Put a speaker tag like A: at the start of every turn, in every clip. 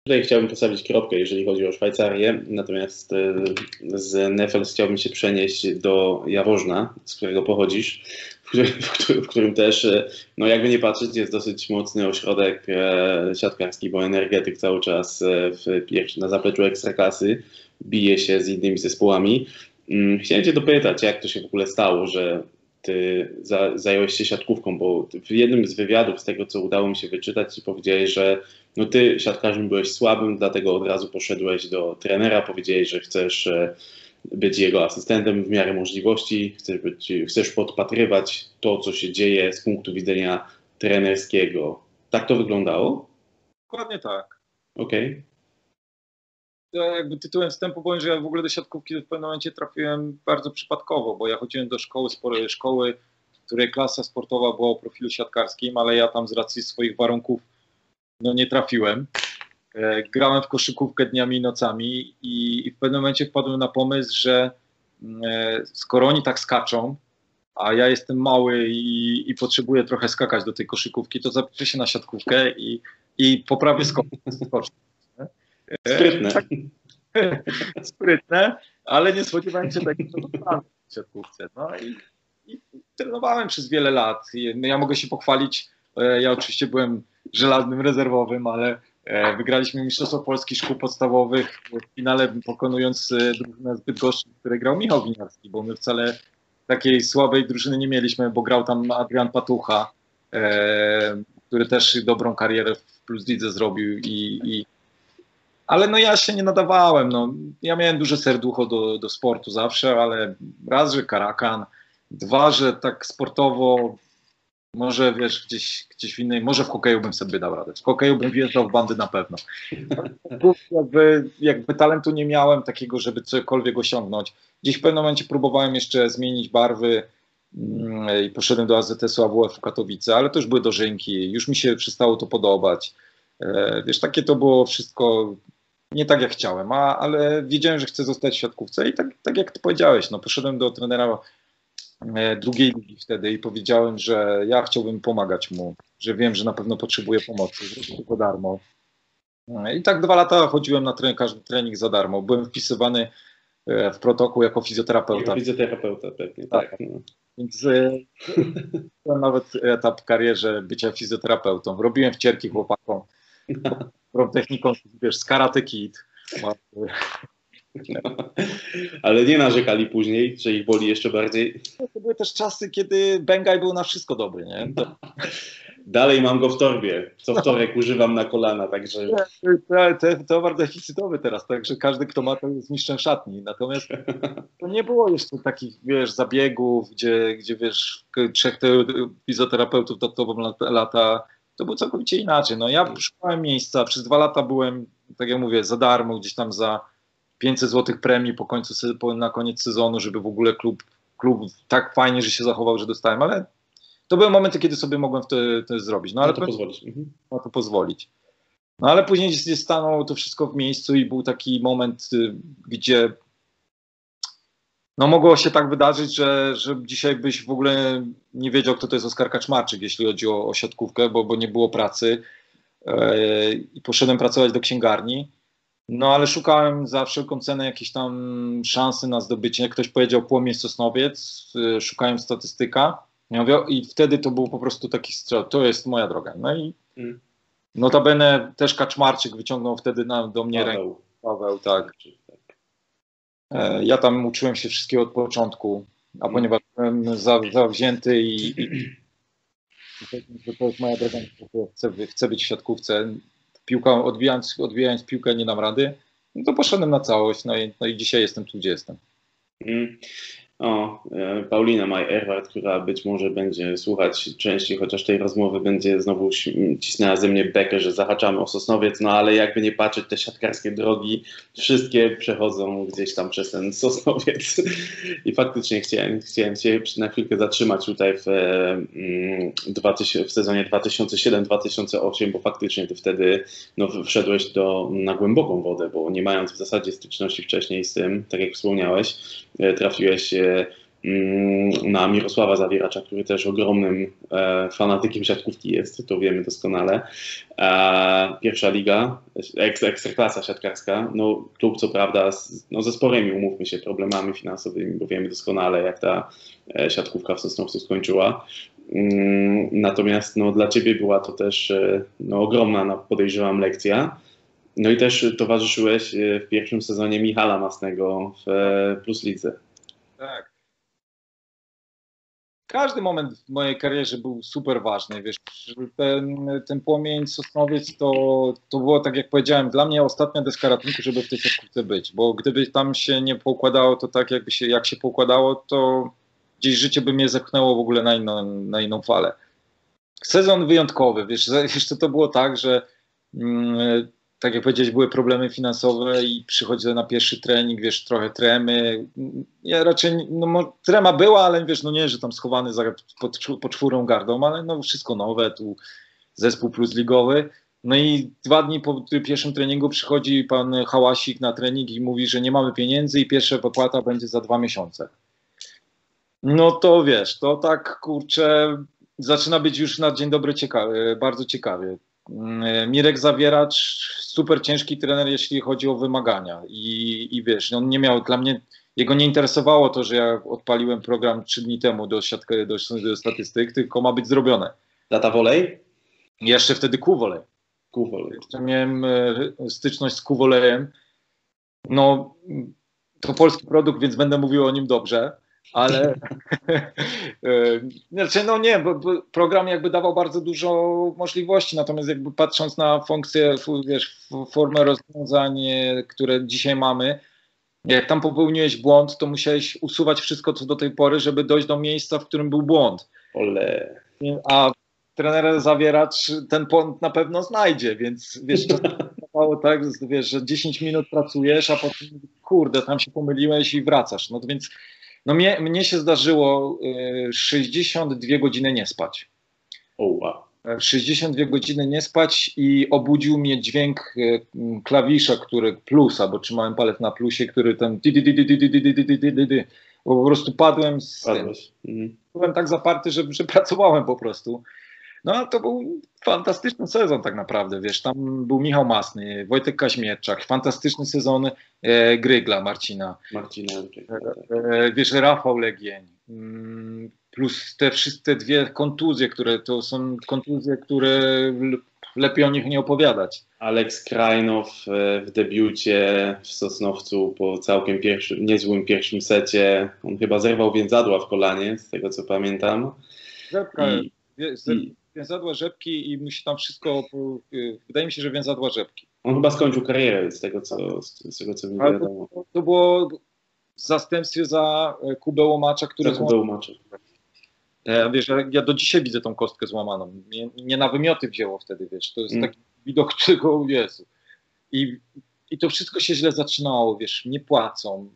A: Tutaj chciałbym postawić kropkę, jeżeli chodzi o Szwajcarię, natomiast z Nefels chciałbym się przenieść do Jaworzna, z którego pochodzisz, w którym też, no jakby nie patrzeć, jest dosyć mocny ośrodek siatkarski, bo Energetyk cały czas na zapleczu Ekstraklasy bije się z innymi zespołami. Chciałem Cię dopytać, jak to się w ogóle stało, że Ty zająłeś się siatkówką, bo w jednym z wywiadów, z tego co udało mi się wyczytać, powiedziałeś, że no Ty siatkarzem byłeś słabym, dlatego od razu poszedłeś do trenera, powiedziałeś, że chcesz być jego asystentem w miarę możliwości, chcesz podpatrywać to, co się dzieje z punktu widzenia trenerskiego. Tak to wyglądało?
B: Dokładnie tak.
A: Okej.
B: Ja jakby tytułem wstępu powiem, że ja w ogóle do siatkówki w pewnym momencie trafiłem bardzo przypadkowo, bo ja chodziłem do szkoły, sporej szkoły, w której klasa sportowa była o profilu siatkarskim, ale ja tam z racji swoich warunków no nie trafiłem. Grałem w koszykówkę dniami i nocami i w pewnym momencie wpadłem na pomysł, że skoro oni tak skaczą, a ja jestem mały i potrzebuję trochę skakać do tej koszykówki, to zapiszę się na siatkówkę i poprawię skok.
A: Sprytne.
B: Sprytne, ale nie spodziewałem się takiego w siatkówce. No i trenowałem przez wiele lat. Ja mogę się pochwalić, ja oczywiście byłem żelaznym rezerwowym, ale wygraliśmy Mistrzostwo Polski Szkół Podstawowych w finale, pokonując drużynę z Bydgoszczy, w której grał Michał Winiarski, bo my wcale takiej słabej drużyny nie mieliśmy, bo grał tam Adrian Patucha, który też dobrą karierę w Plus Lidze zrobił ale no ja się nie nadawałem, no. Ja miałem duże serducho do sportu zawsze, ale raz, że karakan, dwa, że tak sportowo może wiesz, gdzieś w innej, może w hokeju bym sobie dał radę. W hokeju bym wjeżdżał w bandy na pewno. Jakby talentu nie miałem takiego, żeby cokolwiek osiągnąć. Gdzieś w pewnym momencie próbowałem jeszcze zmienić barwy i poszedłem do AZS-u AWF Katowice, ale to już były dożynki, już mi się przestało to podobać. Wiesz, takie to było wszystko nie tak jak chciałem, ale wiedziałem, że chcę zostać w siatkówce i tak jak ty powiedziałeś, no poszedłem do trenera drugiej ligi wtedy i powiedziałem, że ja chciałbym pomagać mu, że wiem, że na pewno potrzebuje pomocy, że to darmo. I tak 2 lata chodziłem na każdy trening za darmo. Byłem wpisywany w protokół jako fizjoterapeuta.
A: Jako fizjoterapeuta, pewnie, tak. No.
B: Więc miałem nawet etap w karierze bycia fizjoterapeutą. Robiłem wcierki chłopakom. Techniką, wiesz, z Karate Kid.
A: Ale nie narzekali później, że ich boli jeszcze bardziej.
B: To były też czasy, kiedy Bengaj był na wszystko dobry, nie?
A: Dalej mam go w torbie. Co wtorek używam na kolana, także...
B: Towar deficytowy teraz, także każdy, kto ma, to jest mistrzem szatni. Natomiast to nie było jeszcze takich, wiesz, zabiegów, gdzie wiesz, 3 fizjoterapeutów dodatkowo lata. To było całkowicie inaczej. No ja szukałem miejsca, przez 2 lata byłem, tak jak mówię, za darmo, gdzieś tam za 500 zł premii na koniec sezonu, żeby w ogóle klub tak fajnie, że się zachował, że dostałem, ale to były momenty, kiedy sobie mogłem to zrobić. No ale
A: to pozwolić.
B: Na to pozwolić. No ale później stanęło to wszystko w miejscu i był taki moment, gdzie no mogło się tak wydarzyć, że dzisiaj byś w ogóle nie wiedział, kto to jest Oskar Kaczmarczyk, jeśli chodzi o siatkówkę, bo nie było pracy i poszedłem pracować do księgarni. No ale szukałem za wszelką cenę jakiejś tam szansy na zdobycie. Ktoś powiedział Płomień Sosnowiec, szukałem statystyka. Ja mówię, i wtedy to był po prostu taki strzał, to jest moja droga. No i notabene też Kaczmarczyk wyciągnął wtedy do mnie rękę. Paweł, tak. Ja tam uczyłem się wszystkiego od początku, a ponieważ byłem zawzięty i to jest moja droga, chcę być w siatkówce. Odbijając piłkę nie dam rady, no to poszedłem na całość, no i dzisiaj jestem tu, gdzie jestem.
A: Paulina Maj-Erwart, która być może będzie słuchać częściej, chociaż tej rozmowy będzie znowu cisnęła ze mnie bekę, że zahaczamy o Sosnowiec, no ale jakby nie patrzeć, te siatkarskie drogi wszystkie przechodzą gdzieś tam przez ten Sosnowiec i faktycznie chciałem się na chwilkę zatrzymać tutaj w sezonie 2007-2008, bo faktycznie ty wtedy wszedłeś na głęboką wodę, bo nie mając w zasadzie styczności wcześniej z tym, tak jak wspomniałeś, trafiłeś na Mirosława Zawieracza, który też ogromnym fanatykiem siatkówki jest, to wiemy doskonale. Pierwsza liga, ekstraklasa siatkarska, no klub co prawda ze sporymi, umówmy się, problemami finansowymi, bo wiemy doskonale jak ta siatkówka w Sosnowcu skończyła. Natomiast no, dla Ciebie była to też no, ogromna, no, podejrzewam, lekcja. No i też towarzyszyłeś w pierwszym sezonie Michala Masnego w Plus Lidze.
B: Tak. Każdy moment w mojej karierze był super ważny, wiesz, ten Płomień Sosnowiec to było, tak jak powiedziałem, dla mnie ostatnia deska ratunku, żeby w tej siatkówce być, bo gdyby tam się nie poukładało to tak, jak się poukładało, to gdzieś życie by mnie zepchnęło w ogóle na inną falę. Sezon wyjątkowy, wiesz, jeszcze to było tak, że tak jak powiedziałeś, były problemy finansowe i przychodzę na pierwszy trening, wiesz, trochę tremy. Ja raczej, no trema była, ale wiesz, no nie, że tam schowany pod czwórą gardą, ale no wszystko nowe, tu zespół plus ligowy. No i 2 dni po pierwszym treningu przychodzi pan Hałasik na trening i mówi, że nie mamy pieniędzy i pierwsza wypłata będzie za 2 miesiące. No to wiesz, to tak kurczę, zaczyna być już na dzień dobry bardzo ciekawie. Mirek Zawieracz, super ciężki trener, jeśli chodzi o wymagania i wiesz, on nie miał, dla mnie, jego nie interesowało to, że ja odpaliłem program 3 dni temu do statystyk, tylko ma być zrobione.
A: Data Volley?
B: Jeszcze wtedy Q-Volley. Jeszcze miałem styczność z Q-Volleyem. No, to polski produkt, więc będę mówił o nim dobrze. Ale znaczy, no nie, bo program jakby dawał bardzo dużo możliwości, natomiast jakby patrząc na funkcję, wiesz, formę rozwiązań, które dzisiaj mamy, jak tam popełniłeś błąd, to musiałeś usuwać wszystko, co do tej pory, żeby dojść do miejsca, w którym był błąd.
A: Ole.
B: A trener Zawieracz ten błąd na pewno znajdzie, więc wiesz, to było tak, wiesz, że 10 minut pracujesz, a potem kurde, tam się pomyliłeś i wracasz. No to więc no mnie się zdarzyło 62 godziny nie spać.
A: Oh, wow.
B: 62 godziny nie spać i obudził mnie dźwięk klawisza, który plusa, bo trzymałem palec na plusie, który tam po prostu padłem z tym. Byłem tak zaparty, że pracowałem po prostu. No to był fantastyczny sezon tak naprawdę, wiesz, tam był Michał Masny, Wojtek Kaźmierczak, fantastyczny sezon Grygla Marcina, wiesz, Rafał Legień, plus te wszystkie 2 kontuzje, które to są kontuzje, które lepiej o nich nie opowiadać.
A: Aleks Krajnow w debiucie w Sosnowcu po całkiem niezłym pierwszym secie, on chyba zerwał więzadła w kolanie, z tego co pamiętam.
B: Więzadła rzepki i mu się tam wszystko, wydaje mi się, że więzadła rzepki.
A: On chyba skończył karierę z tego co mi wiadomo.
B: To było w zastępstwie za Kubę Łomacza, który wiesz, ja do dzisiaj widzę tą kostkę złamaną. Nie na wymioty wzięło wtedy, wiesz, to jest taki widok tego, Jezu. I to wszystko się źle zaczynało, wiesz, nie płacą.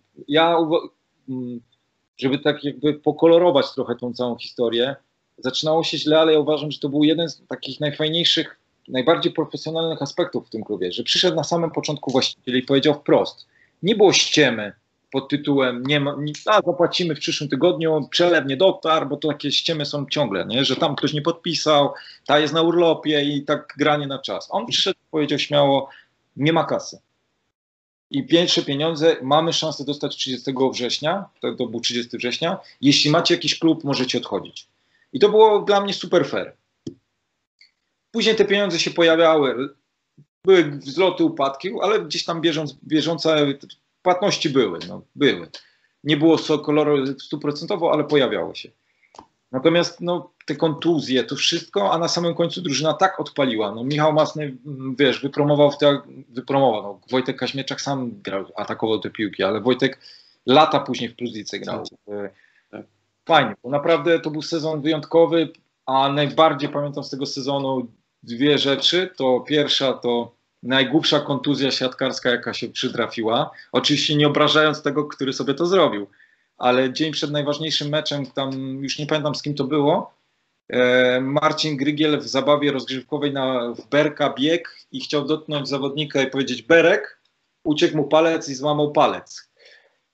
B: Żeby tak jakby pokolorować trochę tą całą historię, zaczynało się źle, ale ja uważam, że to był jeden z takich najfajniejszych, najbardziej profesjonalnych aspektów w tym klubie, że przyszedł na samym początku właściciel i powiedział wprost, nie było ściemy pod tytułem zapłacimy w przyszłym tygodniu, przelew nie dotarł, bo to takie ściemy są ciągle, nie? Że tam ktoś nie podpisał, ta jest na urlopie i tak granie na czas. On przyszedł i powiedział śmiało, nie ma kasy. I pierwsze pieniądze mamy szansę dostać 30 września, to był 30 września, jeśli macie jakiś klub, możecie odchodzić. I to było dla mnie super fair. Później te pieniądze się pojawiały, były wzloty, upadki, ale gdzieś tam bieżące płatności były. Nie było koloru 100%, ale pojawiało się. Natomiast te kontuzje, to wszystko, a na samym końcu drużyna tak odpaliła. Michał Masny, wiesz, wypromował. Wojtek Kaźmierczak sam grał, atakował te piłki, ale Wojtek lata później w Plus-lidze grał. Fajnie, bo naprawdę to był sezon wyjątkowy, a najbardziej pamiętam z tego sezonu 2 rzeczy. To pierwsza to najgłupsza kontuzja siatkarska, jaka się przytrafiła. Oczywiście nie obrażając tego, który sobie to zrobił, ale dzień przed najważniejszym meczem, tam już nie pamiętam z kim to było, Marcin Grygiel w zabawie rozgrzewkowej w Berka biegł i chciał dotknąć zawodnika i powiedzieć Berek, uciekł mu palec i złamał palec.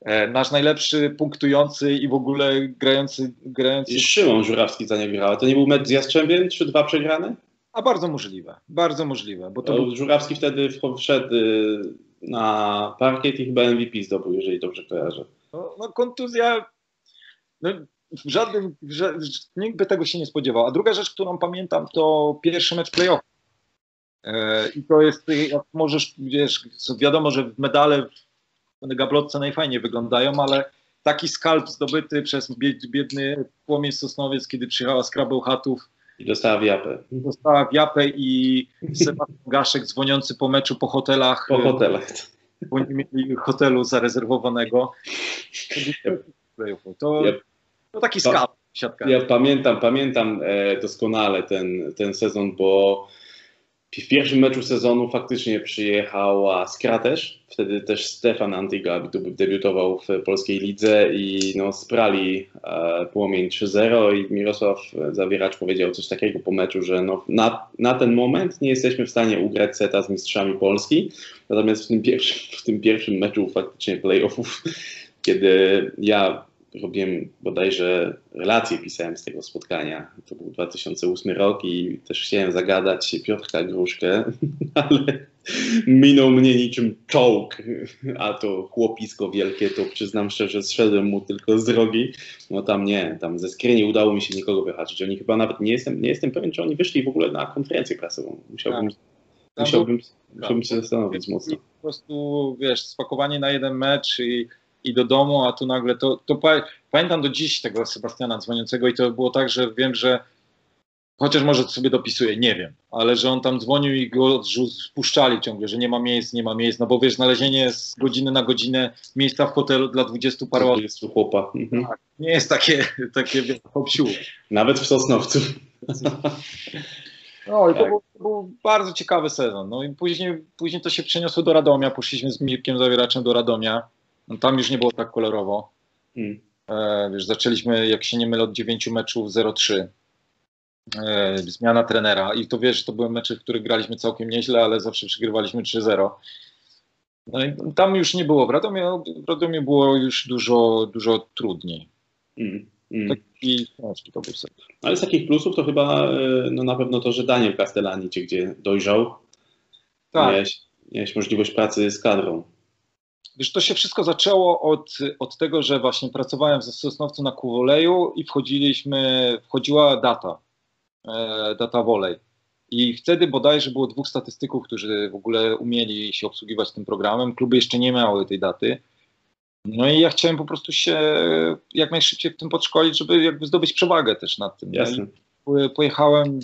B: nasz najlepszy punktujący i w ogóle grający...
A: I Szymon Żurawski za nie grał. A to nie był mecz z Jastrzębiem? 3-2 przegrany?
B: A bardzo możliwe. Bo to był...
A: Żurawski wtedy wszedł na parkiet i chyba MVP zdobył, jeżeli dobrze kojarzę.
B: No kontuzja... No, nikt by tego się nie spodziewał. A druga rzecz, którą pamiętam, to pierwszy mecz play-off. I to jest, jak możesz, wiesz, wiadomo, że medale w gablotce najfajniej wyglądają, ale taki skalp zdobyty przez biedny Płomień Sosnowiec, kiedy przyjechała z Krabełchatów.
A: I dostała w japę.
B: I Sebastian Gaszek dzwoniący po meczu po hotelach.
A: Po hotelach.
B: Bo nie mieli hotelu zarezerwowanego. To taki skalp siatkarski.
A: Ja pamiętam doskonale ten sezon, bo w pierwszym meczu sezonu faktycznie przyjechała Skra też. Wtedy też Stefan Antyga debiutował w polskiej lidze i no, sprali Płomień 3-0 i Mirosław Zawieracz powiedział coś takiego po meczu, że no, na ten moment nie jesteśmy w stanie ugrać seta z mistrzami Polski. Natomiast w tym pierwszym meczu faktycznie playoffów, kiedy ja robiłem bodajże relacje, pisałem z tego spotkania. To był 2008 rok i też chciałem zagadać Piotrka Gruszkę, ale minął mnie niczym czołg, a to chłopisko wielkie, to przyznam szczerze, zszedłem mu tylko z drogi. No tam ze Skry nie udało mi się nikogo wyhaczyć. Oni chyba nawet, nie jestem pewien, czy oni wyszli w ogóle na konferencję prasową. Musiałbym się zastanowić mocno.
B: Po prostu, wiesz, spakowanie na jeden mecz i do domu, a tu nagle pamiętam do dziś tego Sebastiana dzwoniącego i to było tak, że wiem, że chociaż może sobie dopisuje, nie wiem, ale że on tam dzwonił i go spuszczali ciągle, że nie ma miejsc, no bo wiesz, znalezienie z godziny na godzinę miejsca w hotelu dla 20 paru osób.
A: Chłopa.
B: Tak, nie jest takie hop-siu.
A: Nawet w Sosnowcu.
B: No i to był bardzo ciekawy sezon. No i później to się przeniosło do Radomia, poszliśmy z Mirkiem Zawieraczem do Radomia. No, tam już nie było tak kolorowo. Wiesz, zaczęliśmy, jak się nie mylę, od 9 meczów 0-3. Zmiana trenera. I to wiesz, to były mecze, w których graliśmy całkiem nieźle, ale zawsze przegrywaliśmy 3-0. No i tam już nie było. W Radomiu było już dużo trudniej. Taki to był sezon.
A: Ale z takich plusów to chyba no na pewno to, że Daniel Castellani cię gdzie dojrzał.
B: Tak.
A: Miałeś możliwość pracy z kadrą.
B: Wiesz, to się wszystko zaczęło od tego, że właśnie pracowałem w Sosnowcu na Kuwoleju i wchodziła data volej. I wtedy bodajże było 2 statystyków, którzy w ogóle umieli się obsługiwać tym programem. Kluby jeszcze nie miały tej daty. No i ja chciałem po prostu się jak najszybciej w tym podszkolić, żeby jakby zdobyć przewagę też nad tym.
A: Jasne.
B: Pojechałem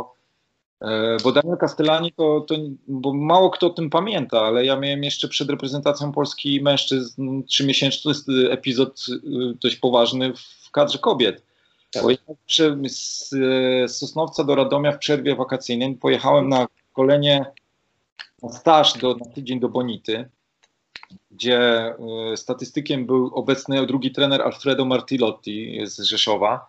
B: bo Daniel Castellani bo mało kto o tym pamięta, ale ja miałem jeszcze przed reprezentacją Polski mężczyzn 3-miesięczny, to jest epizod dość poważny w kadrze kobiet.
A: Tak.
B: Pojechałem z Sosnowca do Radomia w przerwie wakacyjnej, pojechałem na szkolenie, na staż na tydzień do Bonity, gdzie statystykiem był obecny drugi trener Alfredo Martilotti z Rzeszowa.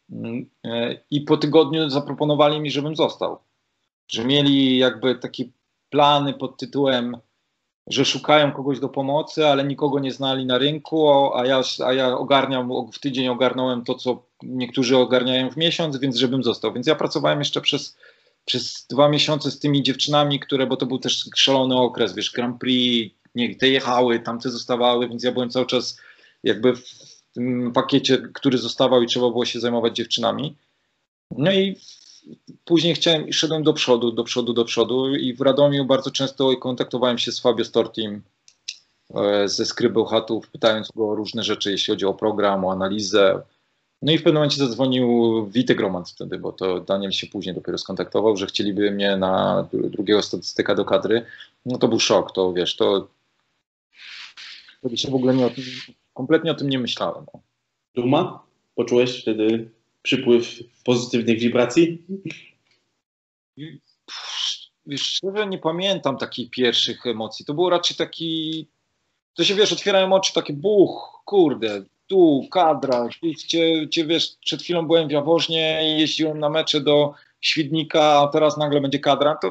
B: I po tygodniu zaproponowali mi, żebym został. Że mieli jakby takie plany pod tytułem, że szukają kogoś do pomocy, ale nikogo nie znali na rynku, a ja w tydzień ogarnąłem to, co niektórzy ogarniają w miesiąc, więc żebym został. Więc ja pracowałem jeszcze przez 2 miesiące z tymi dziewczynami, bo to był też szalony okres, wiesz, Grand Prix, te jechały, tamte zostawały, więc ja byłem cały czas jakby w tym pakiecie, który zostawał i trzeba było się zajmować dziewczynami. No i później szedłem do przodu i w Radomiu bardzo często kontaktowałem się z Fabio Stortim ze Skry Bełchatów, pytając go o różne rzeczy, jeśli chodzi o program, o analizę. No i w pewnym momencie zadzwonił Witek Romans wtedy, bo to Daniel się później dopiero skontaktował, że chcieliby mnie na drugiego statystyka do kadry. No to był szok, to wiesz, to się w ogóle kompletnie o tym nie myślałem.
A: Duma? Poczułeś wtedy przypływ pozytywnych wibracji?
B: Wiesz, szczerze nie pamiętam takich pierwszych emocji. To było raczej to się wiesz, otwierają oczy, takie kurde, tu kadra, wiesz, przed chwilą byłem w Jaworznie i jeździłem na mecze do Świdnika, a teraz nagle będzie kadra, to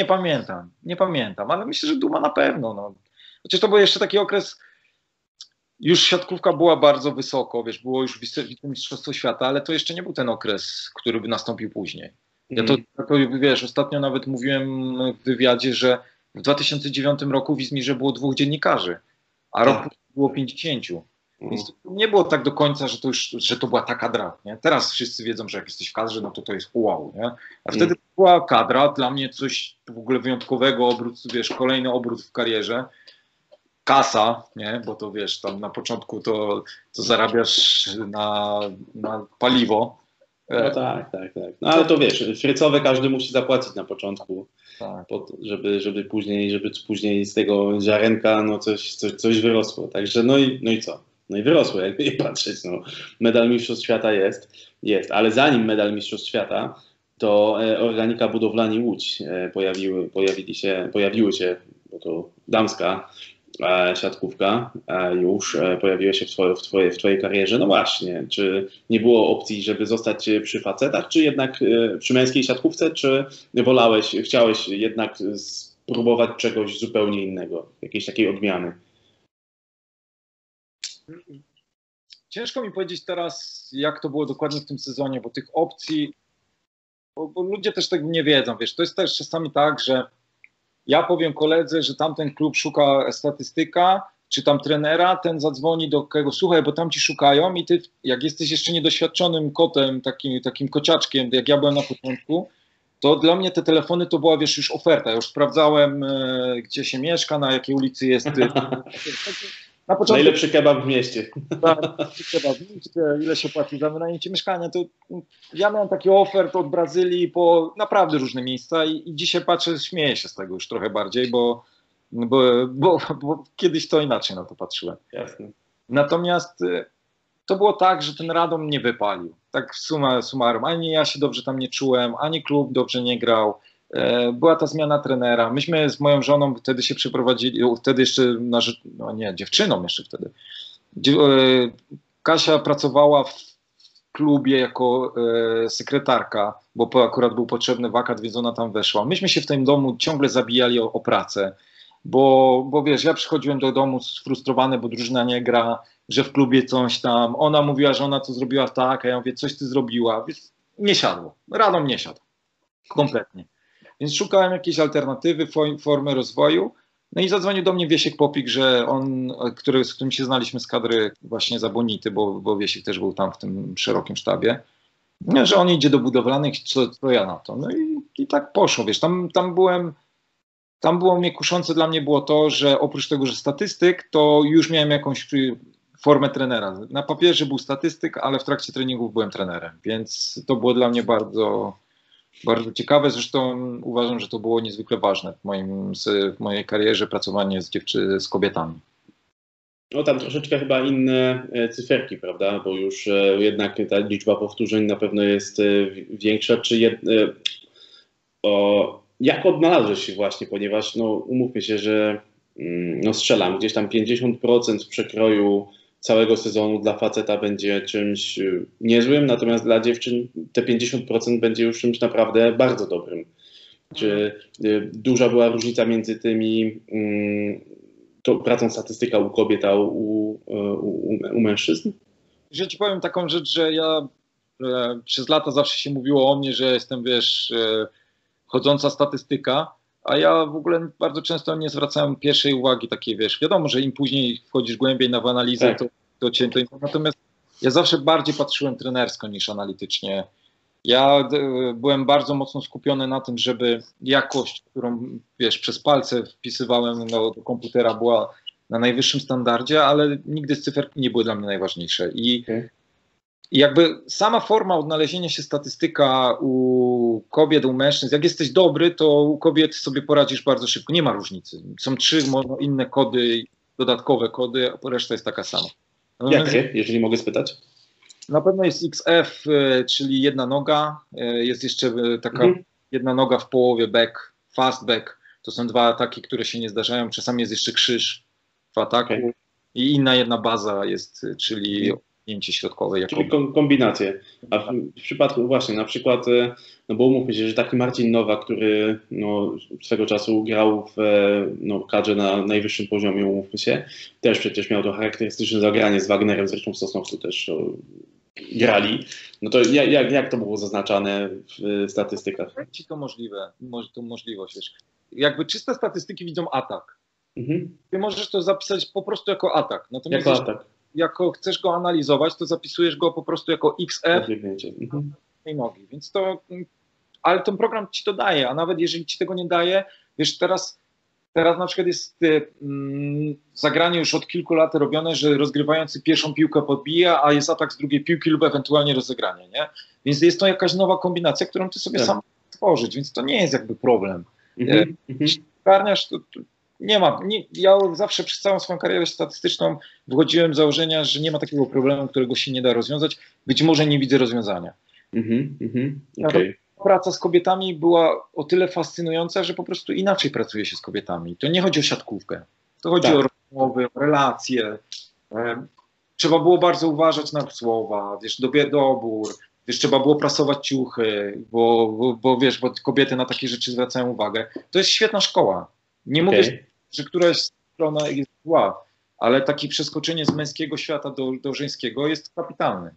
B: nie pamiętam, ale myślę, że Duma na pewno. No. Chociaż to był jeszcze taki okres, już siatkówka była bardzo wysoko, wiesz, było już wicemistrzostwo świata, ale to jeszcze nie był ten okres, który by nastąpił później. Ja to wiesz, ostatnio nawet mówiłem w wywiadzie, że w 2009 roku w Izmirze było 2 dziennikarzy, a rok później było 50. Więc to nie było tak do końca, że to była ta kadra. Nie? Teraz wszyscy wiedzą, że jak jesteś w kadrze, no to jest wow. Nie? A wtedy była kadra, dla mnie coś w ogóle wyjątkowego, obrót, wiesz, kolejny obrót w karierze. Kasa, nie? Bo to wiesz, tam na początku to zarabiasz na paliwo.
A: No tak. No ale to wiesz, frycowe każdy musi zapłacić na początku,
B: Tak.
A: żeby później z tego ziarenka no coś wyrosło. Także no i co? No i wyrosło, jakby nie patrzeć. No. Medal Mistrzostw Świata jest, ale zanim medal Mistrzostw Świata, to Organika Budowlani Łódź pojawiły się, bo to damska siatkówka już pojawiła się w twojej karierze. No właśnie, czy nie było opcji, żeby zostać przy facetach, czy jednak przy męskiej siatkówce, czy chciałeś jednak spróbować czegoś zupełnie innego, jakiejś takiej odmiany?
B: Ciężko mi powiedzieć teraz, jak to było dokładnie w tym sezonie, bo tych opcji, bo ludzie też tego nie wiedzą, wiesz, to jest też czasami tak, że ja powiem koledze, że tamten klub szuka statystyka, czy tam trenera, ten zadzwoni do kogoś, słuchaj, bo tam ci szukają i ty, jak jesteś jeszcze niedoświadczonym kotem, takim kociaczkiem, jak ja byłem na początku, to dla mnie te telefony to była, wiesz, już oferta. Ja już sprawdzałem, gdzie się mieszka, na jakiej ulicy jest.
A: Na początku, najlepszy kebab w mieście.
B: Tak, kebab w mieście, ile się płaci za wynajęcie mieszkania. To ja miałem takie ofert od Brazylii po naprawdę różne miejsca i dzisiaj patrzę, śmieję się z tego już trochę bardziej, bo kiedyś to inaczej na to patrzyłem.
A: Jasne.
B: Natomiast to było tak, że ten Radom nie wypalił. Tak summa summarum. Ani ja się dobrze tam nie czułem, ani klub dobrze nie grał. Była ta zmiana trenera. Myśmy z moją żoną wtedy się przeprowadzili, wtedy jeszcze, dziewczyną jeszcze wtedy. Kasia pracowała w klubie jako sekretarka, bo akurat był potrzebny wakat, więc ona tam weszła. Myśmy się w tym domu ciągle zabijali o pracę, bo wiesz, ja przychodziłem do domu sfrustrowany, bo drużyna nie gra, że w klubie coś tam. Ona mówiła, że ona to zrobiła tak, a ja mówię, coś ty zrobiła. Więc nie siadło. Radom nie siadł. Kompletnie. Więc szukałem jakiejś alternatywy, formy rozwoju. No i zadzwonił do mnie Wiesiek Popik, że z którym się znaliśmy z kadry właśnie za Bonity, bo Wiesiek też był tam w tym szerokim sztabie, że on idzie do budowlanych, co ja na to. No i tak poszło, wiesz, tam było mnie kuszące dla mnie było to, że oprócz tego, że statystyk, to już miałem jakąś formę trenera. Na papierze był statystyk, ale w trakcie treningów byłem trenerem, więc to było dla mnie bardzo, bardzo ciekawe. Zresztą uważam, że to było niezwykle ważne w mojej karierze, pracowanie z kobietami.
A: No tam troszeczkę chyba inne cyferki, prawda? Bo już jednak ta liczba powtórzeń na pewno jest większa. Jak odnalazłeś się właśnie, ponieważ no, umówmy się, że strzelam, gdzieś tam 50% przekroju całego sezonu dla faceta będzie czymś niezłym, natomiast dla dziewczyn te 50% będzie już czymś naprawdę bardzo dobrym. Czy duża była różnica między tymi tą pracą statystyka u kobiet, a u mężczyzn?
B: Że ci powiem taką rzecz, że ja przez lata zawsze się mówiło o mnie, że jestem, wiesz, chodząca statystyka, a ja w ogóle bardzo często nie zwracałem pierwszej uwagi takiej, wiesz, wiadomo, że im później wchodzisz głębiej na analizę,
A: tak.
B: to natomiast ja zawsze bardziej patrzyłem trenersko niż analitycznie. Ja byłem bardzo mocno skupiony na tym, żeby jakość, którą, wiesz, przez palce wpisywałem do komputera, była na najwyższym standardzie, ale nigdy cyferki nie były dla mnie najważniejsze. I jakby sama forma odnalezienia się statystyka u kobiet, u mężczyzn, jak jesteś dobry, to u kobiet sobie poradzisz bardzo szybko. Nie ma różnicy. Są 3 inne kody, dodatkowe kody, a reszta jest taka sama.
A: Jakie, jeżeli mogę spytać?
B: Na pewno jest XF, czyli jedna noga. Jest jeszcze taka jedna noga w połowie, back, fast back. To są 2 ataki, które się nie zdarzają. Czasami jest jeszcze krzyż w ataku. I inna jedna baza jest, czyli pięcie środkowe. Jako...
A: Czyli kombinacje. A w przypadku właśnie, na przykład, no bo umówmy się, że taki Marcin Nowak, który no, swego czasu grał w no, kadrze na najwyższym poziomie, umówmy się, też przecież miał to charakterystyczne zagranie z Wagnerem, zresztą w Sosnowcu też grali. No to jak to było zaznaczane w statystykach?
B: Jak ci to możliwe, to możliwość, wiesz. Jakby czyste statystyki widzą atak. Ty możesz to zapisać po prostu jako atak. Natomiast
A: jako atak.
B: jako chcesz go analizować, to zapisujesz go po prostu jako XF tej nogi. Więc to, ale ten program ci to daje, a nawet jeżeli ci tego nie daje, wiesz, teraz na przykład jest zagranie już od kilku lat robione, że rozgrywający pierwszą piłkę podbija, a jest atak z drugiej piłki lub ewentualnie rozegranie, nie? Więc jest to jakaś nowa kombinacja, którą ty sobie sam możesz stworzyć, więc to nie jest jakby problem. Karniarz to nie ma. Ja zawsze przez całą swoją karierę statystyczną wychodziłem z założenia, że nie ma takiego problemu, którego się nie da rozwiązać. Być może nie widzę rozwiązania.
A: Okay.
B: Praca z kobietami była o tyle fascynująca, że po prostu inaczej pracuje się z kobietami. To nie chodzi o siatkówkę. To chodzi o rozmowy, o relacje. Trzeba było bardzo uważać na słowa, wiesz, dobór. Wiesz, trzeba było prasować ciuchy, bo wiesz, bo kobiety na takie rzeczy zwracają uwagę. To jest świetna szkoła. Nie mówię, że któraś strona jest zła, ale takie przeskoczenie z męskiego świata do żeńskiego jest kapitalne.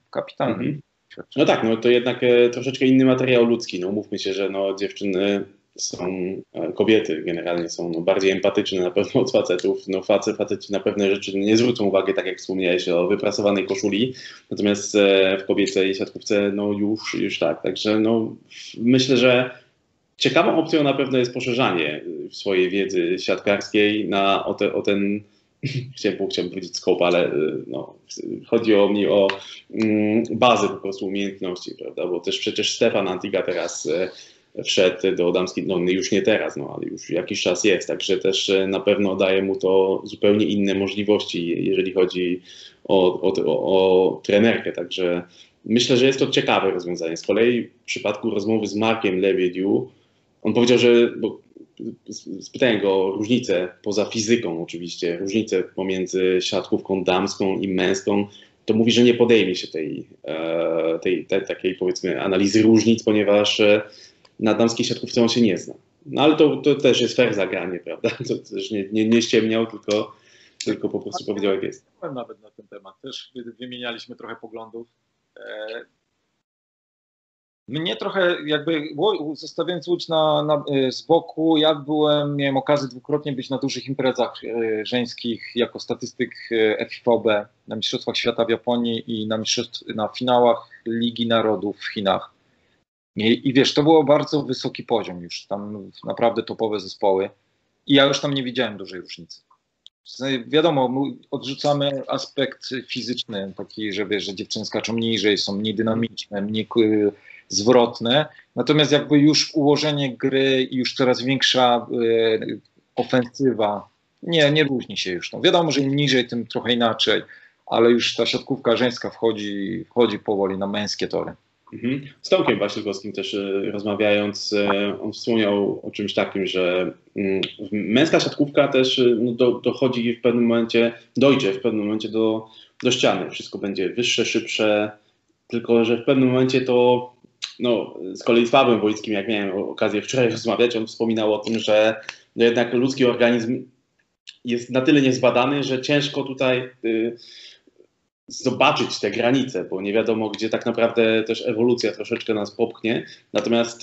A: No tak, no to jednak troszeczkę inny materiał ludzki. No mówmy się, że no, dziewczyny kobiety generalnie są no, bardziej empatyczne na pewno od facetów. No faceci na pewne rzeczy nie zwrócą uwagi, tak jak wspomniałeś, o wyprasowanej koszuli, natomiast w kobiecej siatkówce no już tak. Także no myślę, że ciekawą opcją na pewno jest poszerzanie swojej wiedzy siatkarskiej o ten chciałem powiedzieć skop, ale no, chodzi o mnie o bazę po prostu umiejętności, prawda, bo też przecież Stefan Antiga teraz wszedł do damskiej, no już nie teraz, no ale już jakiś czas jest, także też na pewno daje mu to zupełnie inne możliwości, jeżeli chodzi o trenerkę, także myślę, że jest to ciekawe rozwiązanie. Z kolei w przypadku rozmowy z Markiem Lebiediu, on powiedział, że spytałem go o różnicę, poza fizyką oczywiście, różnicę pomiędzy siatkówką damską i męską, to mówi, że nie podejmie się tej takiej powiedzmy analizy różnic, ponieważ na damskiej siatkówce on się nie zna. No ale to też jest fair zagranie, prawda? To też nie ściemniał, tylko po prostu powiedział, jak jest.
B: Nawet na ten temat też wymienialiśmy trochę poglądów. Mnie trochę jakby, zostawiając Łódź z boku, miałem okazję dwukrotnie być na dużych imprezach żeńskich jako statystyk FIVB, na Mistrzostwach Świata w Japonii i na finałach Ligi Narodów w Chinach. I wiesz, to było bardzo wysoki poziom już, tam naprawdę topowe zespoły i ja już tam nie widziałem dużej różnicy. Wiadomo, odrzucamy aspekt fizyczny, taki, że wiesz, że dziewczyny skaczą niżej, są mniej dynamiczne, mniej zwrotne, natomiast jakby już ułożenie gry i już coraz większa ofensywa, nie różni się już. No, wiadomo, że im niżej, tym trochę inaczej, ale już ta siatkówka żeńska wchodzi powoli na męskie tory.
A: Z Tomkiem Wasilkowskim też rozmawiając, on wspomniał o czymś takim, że męska siatkówka też dojdzie w pewnym momencie do ściany. Wszystko będzie wyższe, szybsze, tylko że w pewnym momencie to z kolei z Pawłem Wojckim, jak miałem okazję wczoraj rozmawiać, on wspominał o tym, że jednak ludzki organizm jest na tyle niezbadany, że ciężko tutaj zobaczyć te granice, bo nie wiadomo, gdzie tak naprawdę też ewolucja troszeczkę nas popchnie. Natomiast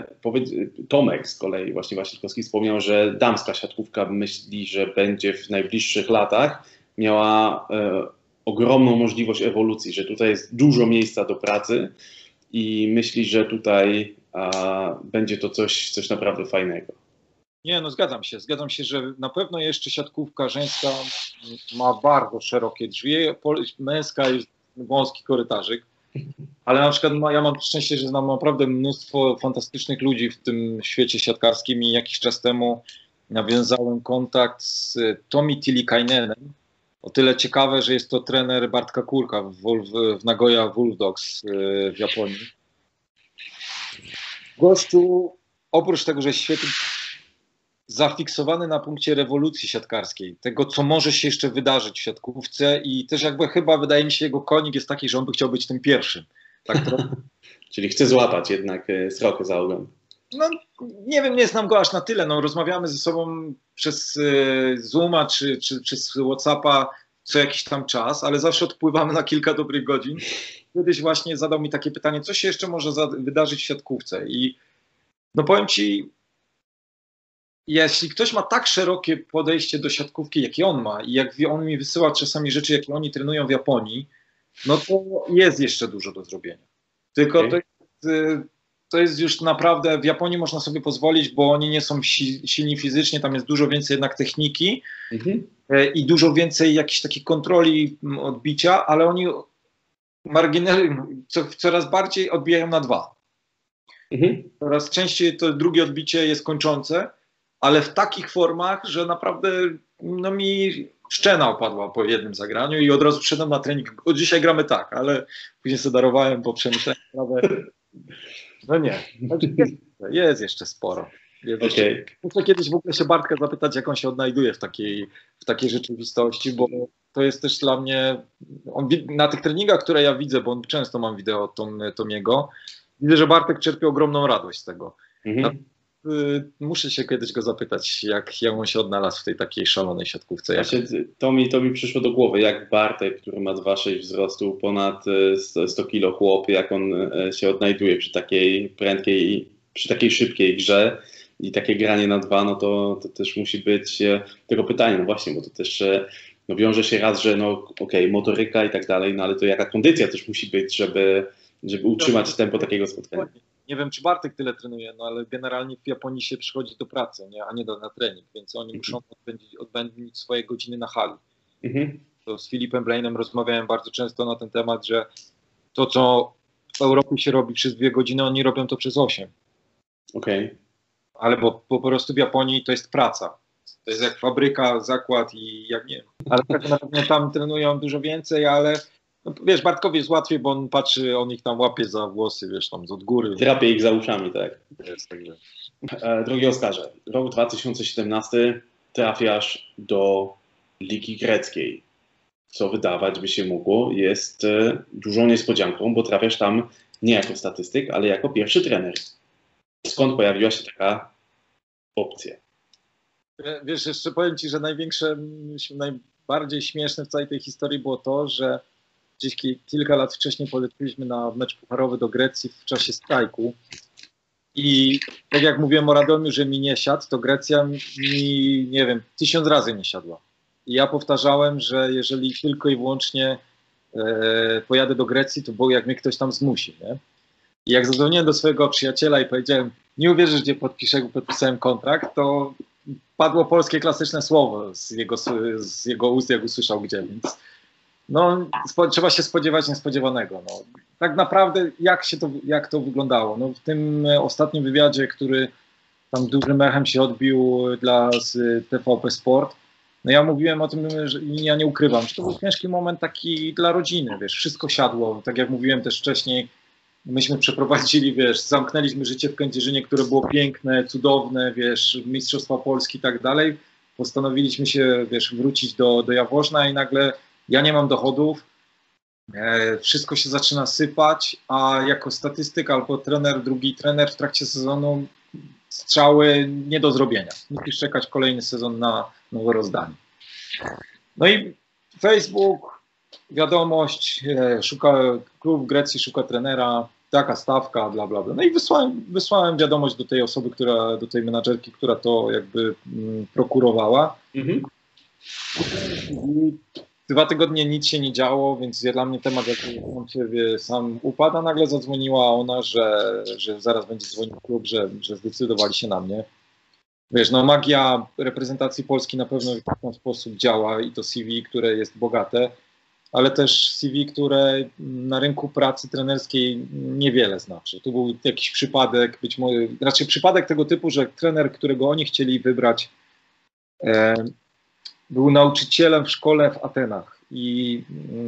A: Tomek z kolei, właśnie Wasilkowski wspomniał, że damska siatkówka myśli, że będzie w najbliższych latach miała ogromną możliwość ewolucji, że tutaj jest dużo miejsca do pracy i myśli, że tutaj będzie to coś naprawdę fajnego.
B: Nie, no zgadzam się, że na pewno jeszcze siatkówka żeńska ma bardzo szerokie drzwi, męska jest wąski korytarzyk, ale na przykład ja mam szczęście, że znam naprawdę mnóstwo fantastycznych ludzi w tym świecie siatkarskim i jakiś czas temu nawiązałem kontakt z Tomi Tilikainenem. O tyle ciekawe, że jest to trener Bartka Kurka w Nagoya Bulldogs w Japonii. Gościu, oprócz tego, że jest świetnym, zafiksowany na punkcie rewolucji siatkarskiej, tego, co może się jeszcze wydarzyć w siatkówce i też jakby chyba wydaje mi się, jego konik jest taki, że on by chciał być tym pierwszym. Tak trochę.
A: Czyli chce złapać jednak srokę za ogon.
B: No, nie wiem, nie znam go aż na tyle. No, rozmawiamy ze sobą przez Zooma czy przez WhatsAppa co jakiś tam czas, ale zawsze odpływamy na kilka dobrych godzin. Kiedyś właśnie zadał mi takie pytanie, co się jeszcze może wydarzyć w siatkówce? I no powiem ci, jeśli ktoś ma tak szerokie podejście do siatkówki, jakie on ma i jak on mi wysyła czasami rzeczy, jakie oni trenują w Japonii, no to jest jeszcze dużo do zrobienia. Tylko to jest już naprawdę, w Japonii można sobie pozwolić, bo oni nie są silni fizycznie, tam jest dużo więcej jednak techniki i dużo więcej jakichś takich kontroli odbicia, ale oni coraz bardziej odbijają na 2. Coraz częściej to drugie odbicie jest kończące, ale w takich formach, że naprawdę no mi szczena opadła po jednym zagraniu i od razu wszedłem na trening. Od dzisiaj gramy tak, ale później sobie darowałem po przemyśleniu sprawę. No nie, jest jeszcze sporo. Muszę kiedyś w ogóle się Bartka zapytać, jak on się odnajduje w takiej rzeczywistości, bo to jest też dla mnie, na tych treningach, które ja widzę, bo często mam wideo Tomiego, widzę, że Bartek czerpie ogromną radość z tego. Muszę się kiedyś go zapytać, jak on się odnalazł w tej takiej szalonej siatkówce.
A: Właśnie, to mi przyszło do głowy, jak Bartek, który ma 2,6 wzrostu, ponad 100 kilo chłop, jak on się odnajduje przy takiej prędkiej, przy takiej szybkiej grze i takie granie na 2, no to też musi być tego pytanie, no właśnie, bo to też no wiąże się raz, że no okej, motoryka i tak dalej, no ale to jaka kondycja też musi być, żeby utrzymać tempo takiego spotkania.
B: Nie wiem, czy Bartek tyle trenuje, no ale generalnie w Japonii się przychodzi do pracy, nie? A nie na trening, więc oni muszą odbędnić swoje godziny na hali. To z Filipem Blainem rozmawiałem bardzo często na ten temat, że to, co w Europie się robi przez 2 godziny, oni robią to przez 8. Ale bo po prostu w Japonii to jest praca. To jest jak fabryka, zakład i jak nie wiem. Ale tak naprawdę tam trenują dużo więcej, ale no, wiesz, Bartkowi jest łatwiej, bo on patrzy, on ich tam łapie za włosy, wiesz, tam od góry.
A: Drapie ich za uszami, tak.
B: Jest, także.
A: Drogi Oskarze, rok 2017 trafiasz do Ligi Greckiej, co wydawać by się mogło jest dużą niespodzianką, bo trafiasz tam nie jako statystyk, ale jako pierwszy trener. Skąd pojawiła się taka opcja?
B: Wiesz, jeszcze powiem Ci, że najbardziej śmieszne w całej tej historii było to, że gdzieś kilka lat wcześniej poleciliśmy na mecz pucharowy do Grecji w czasie strajku i tak jak mówiłem o Radomiu, że mi nie siadł, to Grecja mi, nie wiem, 1000 razy nie siadła. I ja powtarzałem, że jeżeli tylko i wyłącznie pojadę do Grecji, to bo jak mnie ktoś tam zmusi, nie? I jak zadzwoniłem do swojego przyjaciela i powiedziałem, nie uwierzysz, gdzie podpisałem kontrakt, to padło polskie klasyczne słowo z jego ust, jak usłyszał gdzie, więc no, trzeba się spodziewać niespodziewanego. No. Tak naprawdę jak to wyglądało? No, w tym ostatnim wywiadzie, który tam dużym echem się odbił z TVP Sport, no ja mówiłem o tym, że ja nie ukrywam, że to był ciężki moment taki dla rodziny, wiesz, wszystko siadło, tak jak mówiłem też wcześniej, myśmy przeprowadzili, wiesz, zamknęliśmy życie w Kędzierzynie, które było piękne, cudowne, wiesz, Mistrzostwa Polski i tak dalej, postanowiliśmy się, wiesz, wrócić do Jaworzna i nagle ja nie mam dochodów, wszystko się zaczyna sypać, a jako statystyk albo drugi trener w trakcie sezonu strzały nie do zrobienia. Musisz czekać kolejny sezon na nowe rozdanie. No i Facebook, wiadomość, klub w Grecji szuka trenera, taka stawka, bla, bla, bla. No i wysłałem wiadomość do tej osoby, do tej menadżerki, która to jakby prokurowała. I 2 tygodnie nic się nie działo, więc dla mnie temat sam upadł, a nagle zadzwoniła ona, że zaraz będzie dzwonił klub, że zdecydowali się na mnie. Wiesz, no magia reprezentacji Polski na pewno w ten sposób działa i to CV, które jest bogate, ale też CV, które na rynku pracy trenerskiej niewiele znaczy. To był jakiś przypadek, być może, raczej przypadek tego typu, że trener, którego oni chcieli wybrać, był nauczycielem w szkole w Atenach i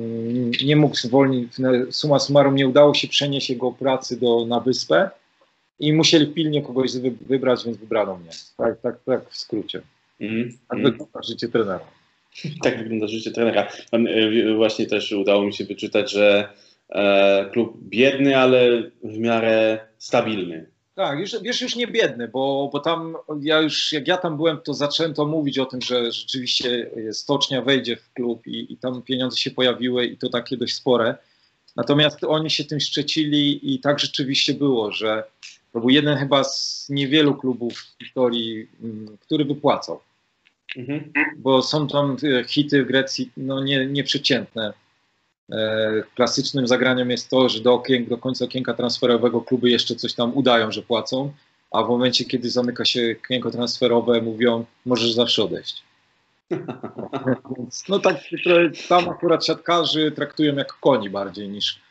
B: nie mógł zwolnić, summa summarum nie udało się przenieść jego pracy na wyspę i musieli pilnie kogoś wybrać, więc wybrano mnie. Tak w skrócie. Tak wygląda życie trenera.
A: Tak wygląda życie trenera. Właśnie też udało mi się wyczytać, że klub biedny, ale w miarę stabilny.
B: Tak, już nie biedny, bo tam jak ja tam byłem, to zacząłem to mówić o tym, że rzeczywiście stocznia wejdzie w klub i tam pieniądze się pojawiły i to takie dość spore. Natomiast oni się tym szczycili i tak rzeczywiście było, że to był jeden chyba z niewielu klubów w historii, który wypłacał. Bo są tam hity w Grecji nieprzeciętne. Klasycznym zagraniem jest to, że do końca okienka transferowego kluby jeszcze coś tam udają, że płacą, a w momencie, kiedy zamyka się okienko transferowe, mówią, możesz zawsze odejść. Więc, no tak, tam akurat siatkarzy traktują jak koni bardziej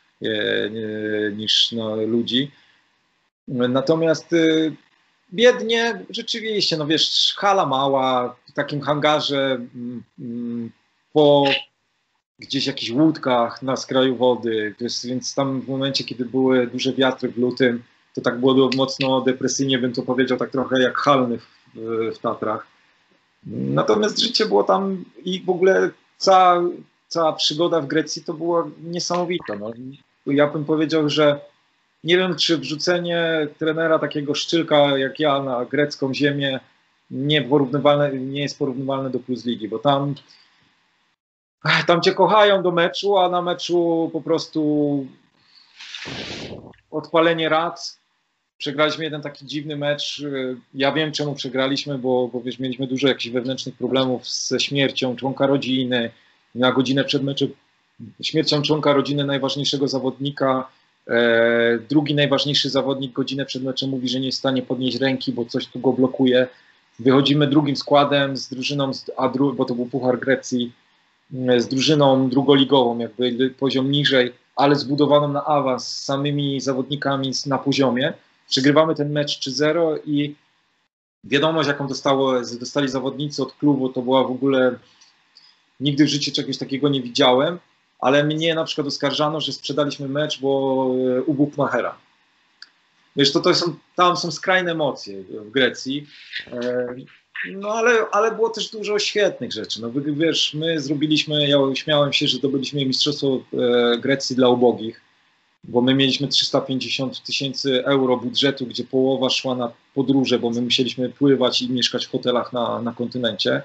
B: niż ludzi. Natomiast biednie, rzeczywiście, no wiesz, hala mała, w takim hangarze po gdzieś jakichś łódkach na skraju wody, więc tam w momencie, kiedy były duże wiatry w lutym, to tak było mocno depresyjnie, bym to powiedział, tak trochę jak halny w Tatrach. Natomiast życie było tam i w ogóle cała przygoda w Grecji to była niesamowita. No. Ja bym powiedział, że nie wiem, czy wrzucenie trenera takiego szczylka jak ja na grecką ziemię nie jest porównywalne do Plus Ligi, bo tam cię kochają do meczu, a na meczu po prostu odpalenie rac. Przegraliśmy jeden taki dziwny mecz. Ja wiem, czemu przegraliśmy, bo wiesz, mieliśmy dużo jakichś wewnętrznych problemów ze śmiercią członka rodziny. Na godzinę przed meczem śmiercią członka rodziny najważniejszego zawodnika. Drugi najważniejszy zawodnik godzinę przed meczem mówi, że nie jest w stanie podnieść ręki, bo coś tu go blokuje. Wychodzimy drugim składem z drużyną, bo to był Puchar Grecji, z drużyną drugoligową, jakby poziom niżej, ale zbudowaną na awans, z samymi zawodnikami na poziomie. Przegrywamy ten mecz 3-0 i wiadomość, jaką dostali zawodnicy od klubu, to była w ogóle, nigdy w życiu czegoś takiego nie widziałem, ale mnie na przykład oskarżano, że sprzedaliśmy mecz, bo u Bukmachera. Wiesz, tam są skrajne emocje w Grecji. No ale było też dużo świetnych rzeczy. No wiesz, ja śmiałem się, że zdobyliśmy mistrzostwo Grecji dla ubogich, bo my mieliśmy 350 000 euro budżetu, gdzie połowa szła na podróże, bo my musieliśmy pływać i mieszkać w hotelach na kontynencie.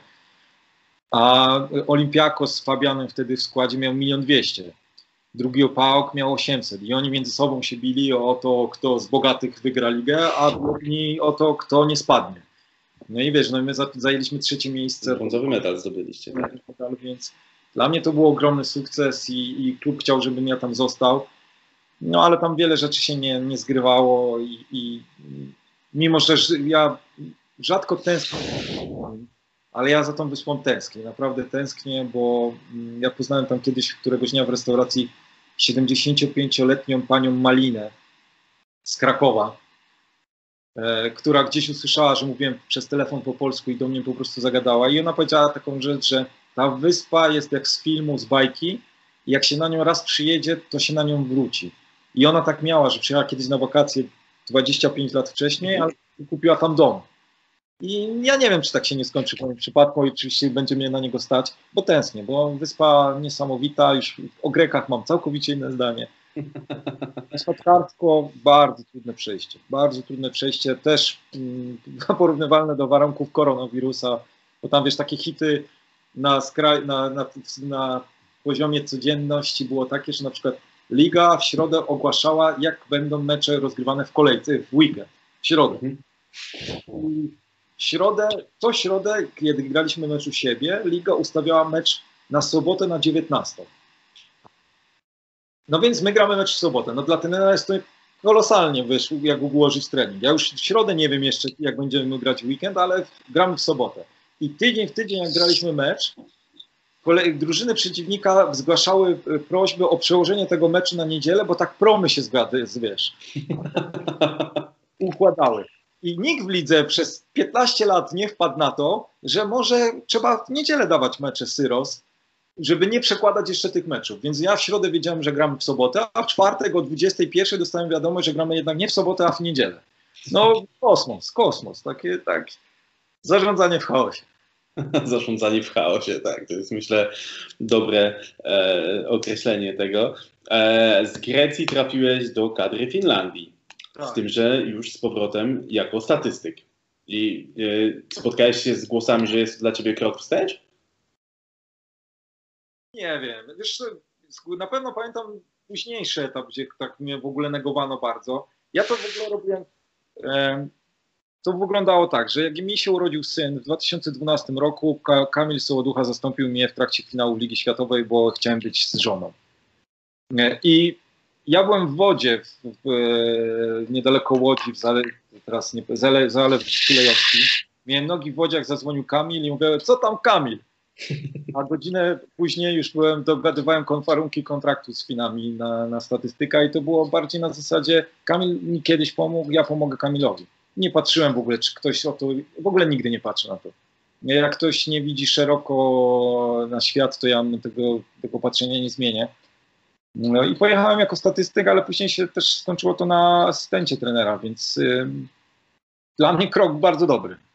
B: A Olympiakos z Fabianem wtedy w składzie miał 1 200 000. Drugi PAOK miał 800 i oni między sobą się bili o to, kto z bogatych wygra ligę, a drugi o to, kto nie spadnie. No i wiesz, no my zajęliśmy 3. miejsce.
A: Brązowy medal zdobyliście. Tak?
B: Więc dla mnie to był ogromny sukces i klub chciał, żebym ja tam został. No ale tam wiele rzeczy się nie zgrywało i mimo, że ja rzadko tęsknię, ale ja za tą wyspą tęsknię, naprawdę tęsknię, bo ja poznałem tam kiedyś któregoś dnia w restauracji 75-letnią panią Malinę z Krakowa, która gdzieś usłyszała, że mówiłem przez telefon po polsku i do mnie po prostu zagadała i ona powiedziała taką rzecz, że ta wyspa jest jak z filmu, z bajki i jak się na nią raz przyjedzie, to się na nią wróci. I ona tak miała, że przyjechała kiedyś na wakacje 25 lat wcześniej, ale kupiła tam dom. I ja nie wiem, czy tak się nie skończy w moim przypadku i oczywiście będzie mnie na niego stać, bo tęsknię, bo wyspa niesamowita, już o Grekach mam całkowicie inne zdanie. Spotkawsko bardzo trudne przejście, też porównywalne do warunków koronawirusa, bo tam wiesz, takie hity na poziomie codzienności było takie, że na przykład Liga w środę ogłaszała, jak będą mecze rozgrywane w kolejce, w weekend, w środę. Co środę, kiedy graliśmy mecz u siebie, Liga ustawiała mecz na sobotę na 19. No więc my gramy mecz w sobotę. No dla trenera jest to kolosalnie, wiesz, jak ułożyć trening. Ja już w środę nie wiem jeszcze, jak będziemy grać w weekend, ale gramy w sobotę. I tydzień w tydzień, jak graliśmy mecz, drużyny przeciwnika zgłaszały prośbę o przełożenie tego meczu na niedzielę, bo tak promy się wiesz, układały. I nikt w lidze przez 15 lat nie wpadł na to, że może trzeba w niedzielę dawać mecze Syros, żeby nie przekładać jeszcze tych meczów. Więc ja w środę wiedziałem, że gramy w sobotę, a w czwartek o 21 dostałem wiadomość, że gramy jednak nie w sobotę, a w niedzielę. No kosmos, takie zarządzanie w chaosie.
A: Zarządzanie w chaosie, tak. To jest, myślę, dobre określenie tego. Z Grecji trafiłeś do kadry Finlandii, z tym, że już z powrotem jako statystyk. I spotkałeś się z głosami, że jest to dla ciebie krok wstecz?
B: Nie wiem, wiesz, na pewno pamiętam późniejszy etap, gdzie tak mnie w ogóle negowano bardzo. Ja to w ogóle robiłem, to wyglądało tak, że jak mi się urodził syn w 2012 roku, Kamil Sołoducha zastąpił mnie w trakcie finału Ligi Światowej, bo chciałem być z żoną. I ja byłem w wodzie niedaleko Łodzi, Zalew Kulejowski. Miałem nogi w wodzie, jak zadzwonił Kamil i mówię, co tam Kamil? A godzinę później już dogadywałem warunki kontraktu z Finami na statystyka i to było bardziej na zasadzie Kamil mi kiedyś pomógł, ja pomogę Kamilowi. Nie patrzyłem w ogóle, czy ktoś o to, w ogóle nigdy nie patrzę na to. Jak ktoś nie widzi szeroko na świat, to ja tego patrzenia nie zmienię. No i pojechałem jako statystyk, ale później się też skończyło to na asystencie trenera, więc dla mnie krok bardzo dobry.